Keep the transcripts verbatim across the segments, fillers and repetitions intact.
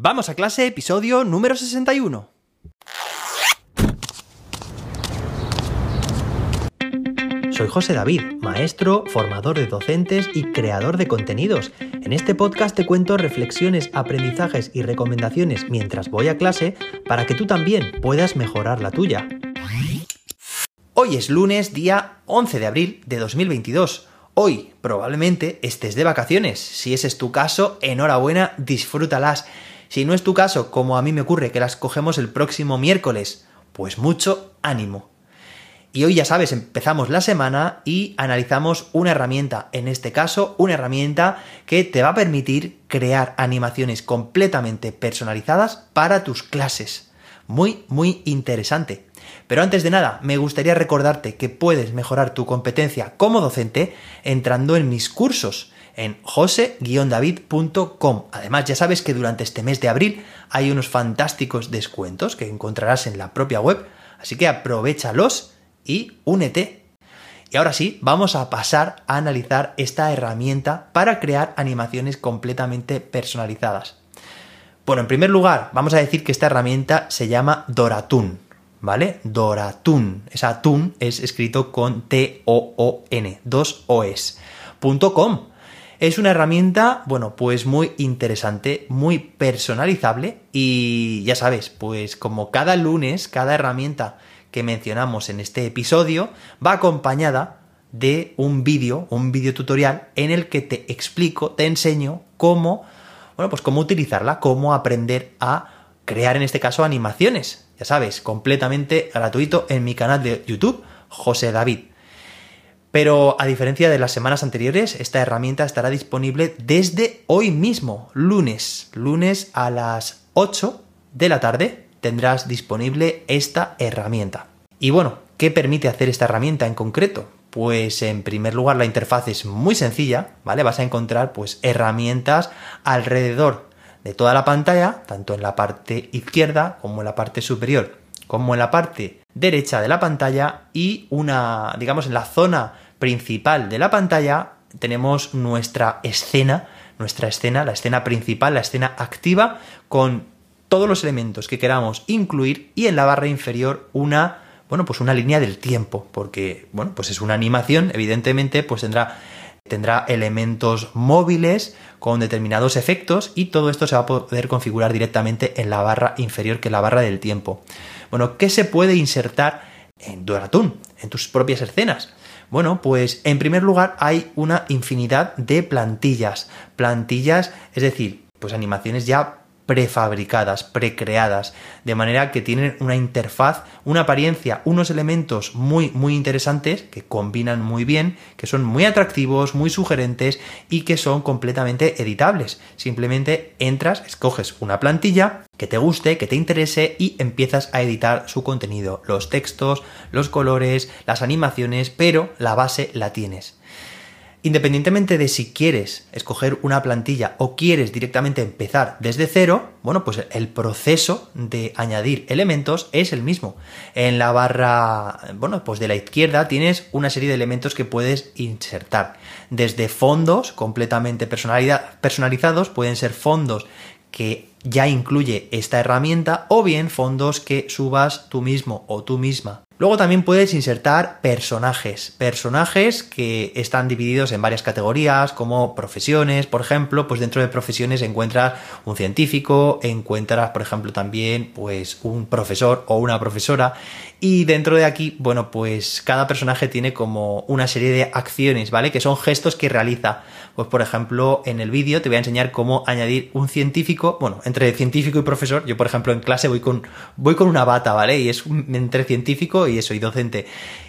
Vamos a clase, episodio número sesenta y uno. Soy José David, maestro, formador de docentes y creador de contenidos. En este podcast te cuento reflexiones, aprendizajes y recomendaciones mientras voy a clase para que tú también puedas mejorar la tuya. Hoy es lunes, día once de abril de dos mil veintidós. Hoy probablemente estés de vacaciones. Si ese es tu caso, enhorabuena, disfrútalas. Si no es tu caso, como a mí me ocurre que las cogemos el próximo miércoles, pues mucho ánimo. Y hoy ya sabes, empezamos la semana y analizamos una herramienta, en este caso una herramienta que te va a permitir crear animaciones completamente personalizadas para tus clases. Muy, muy interesante. Pero antes de nada, me gustaría recordarte que puedes mejorar tu competencia como docente entrando en mis cursos en jose guion david punto com. Además, ya sabes que durante este mes de abril hay unos fantásticos descuentos que encontrarás en la propia web, así que aprovéchalos y únete. Y ahora sí, vamos a pasar a analizar esta herramienta para crear animaciones completamente personalizadas. Bueno, en primer lugar, vamos a decir que esta herramienta se llama Doratun, ¿vale? Doratun. Esa tun es escrito con T O O N, dos O's. .com. Es una herramienta, bueno, pues muy interesante, muy personalizable y ya sabes, pues como cada lunes, cada herramienta que mencionamos en este episodio va acompañada de un vídeo, un vídeo tutorial en el que te explico, te enseño cómo, bueno, pues cómo utilizarla, cómo aprender a crear en este caso animaciones. Ya sabes, completamente gratuito en mi canal de YouTube, José David. Pero a diferencia de las semanas anteriores, esta herramienta estará disponible desde hoy mismo, lunes. Lunes a las ocho de la tarde tendrás disponible esta herramienta. Y bueno, ¿qué permite hacer esta herramienta en concreto? Pues en primer lugar la interfaz es muy sencilla, ¿vale? Vas a encontrar pues herramientas alrededor de toda la pantalla, tanto en la parte izquierda como en la parte superior, como en la parte derecha de la pantalla y una, digamos, en la zona principal de la pantalla tenemos nuestra escena, nuestra escena, la escena principal, la escena activa con todos los elementos que queramos incluir y en la barra inferior una, bueno, pues una línea del tiempo, porque, bueno, pues es una animación, evidentemente, pues tendrá tendrá elementos móviles con determinados efectos y todo esto se va a poder configurar directamente en la barra inferior, que es la barra del tiempo. Bueno, ¿qué se puede insertar en Doratun, en tus propias escenas? Bueno, pues en primer lugar hay una infinidad de plantillas. Plantillas, es decir, pues animaciones ya prefabricadas, precreadas, de manera que tienen una interfaz, una apariencia, unos elementos muy, muy interesantes que combinan muy bien, que son muy atractivos, muy sugerentes y que son completamente editables. Simplemente entras, escoges una plantilla que te guste, que te interese y empiezas a editar su contenido, los textos, los colores, las animaciones, pero la base la tienes. Independientemente de si quieres escoger una plantilla o quieres directamente empezar desde cero, bueno, pues el proceso de añadir elementos es el mismo. En la barra, bueno, pues de la izquierda tienes una serie de elementos que puedes insertar. Desde fondos completamente personalizados, pueden ser fondos que ya incluye esta herramienta o bien fondos que subas tú mismo o tú misma. Luego también puedes insertar personajes, personajes que están divididos en varias categorías, como profesiones, por ejemplo, pues dentro de profesiones encuentras un científico, encuentras, por ejemplo, también pues un profesor o una profesora, y dentro de aquí, bueno, pues cada personaje tiene como una serie de acciones, ¿vale? Que son gestos que realiza. Pues por ejemplo, en el vídeo te voy a enseñar cómo añadir un científico, bueno, entre científico y profesor, yo por ejemplo en clase voy con, voy con una bata, ¿vale? Y es un, entre científico y eso, y docente.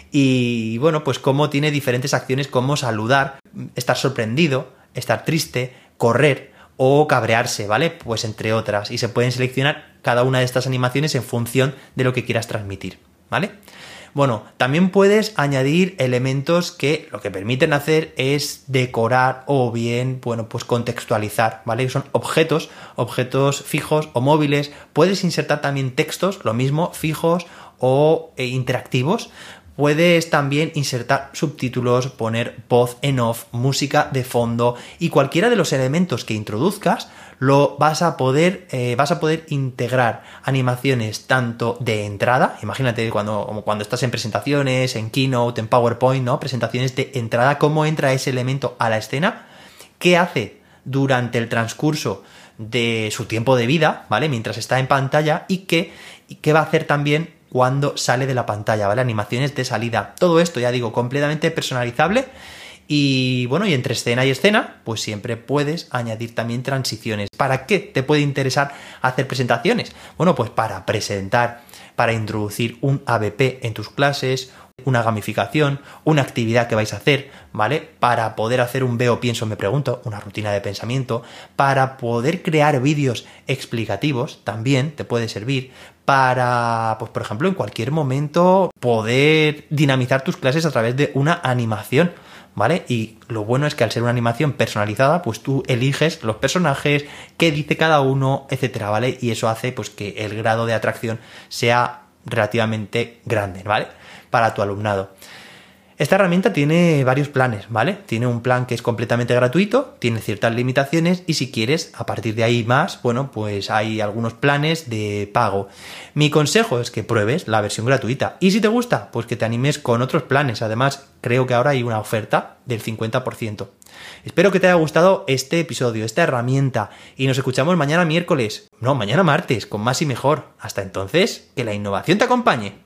Y bueno, pues cómo tiene diferentes acciones como saludar, estar sorprendido, estar triste, correr o cabrearse, ¿vale? Pues entre otras. Y se pueden seleccionar cada una de estas animaciones en función de lo que quieras transmitir, ¿vale? Bueno, también puedes añadir elementos que lo que permiten hacer es decorar o bien, bueno, pues contextualizar, ¿vale? Son objetos, objetos fijos o móviles. Puedes insertar también textos, lo mismo, fijos o eh, interactivos. Puedes también insertar subtítulos, poner voz en off, música de fondo y cualquiera de los elementos que introduzcas lo vas a poder eh, vas a poder integrar animaciones tanto de entrada, imagínate cuando, como cuando estás en presentaciones, en Keynote, en PowerPoint, ¿no? Presentaciones de entrada, cómo entra ese elemento a la escena, qué hace durante el transcurso de su tiempo de vida, ¿vale? Mientras está en pantalla y qué, y qué va a hacer también cuando sale de la pantalla, ¿vale? Animaciones de salida. Todo esto, ya digo, completamente personalizable. Y bueno, y entre escena y escena, pues siempre puedes añadir también transiciones. ¿Para qué te puede interesar hacer presentaciones? Bueno, pues para presentar, para introducir un A B P en tus clases, una gamificación, una actividad que vais a hacer, ¿vale? Para poder hacer un veo, pienso, me pregunto, una rutina de pensamiento, para poder crear vídeos explicativos, también te puede servir, para, pues por ejemplo, en cualquier momento poder dinamizar tus clases a través de una animación, ¿vale? Y lo bueno es que al ser una animación personalizada, pues tú eliges los personajes, qué dice cada uno, etcétera, ¿vale? Y eso hace pues que el grado de atracción sea relativamente grande, ¿vale? Para tu alumnado. Esta herramienta tiene varios planes, ¿vale? Tiene un plan que es completamente gratuito, tiene ciertas limitaciones y si quieres, a partir de ahí más, bueno, pues hay algunos planes de pago. Mi consejo es que pruebes la versión gratuita y si te gusta, pues que te animes con otros planes. Además, creo que ahora hay una oferta del cincuenta por ciento. Espero que te haya gustado este episodio, esta herramienta y nos escuchamos mañana miércoles, no, mañana martes, con más y mejor. Hasta entonces, que la innovación te acompañe.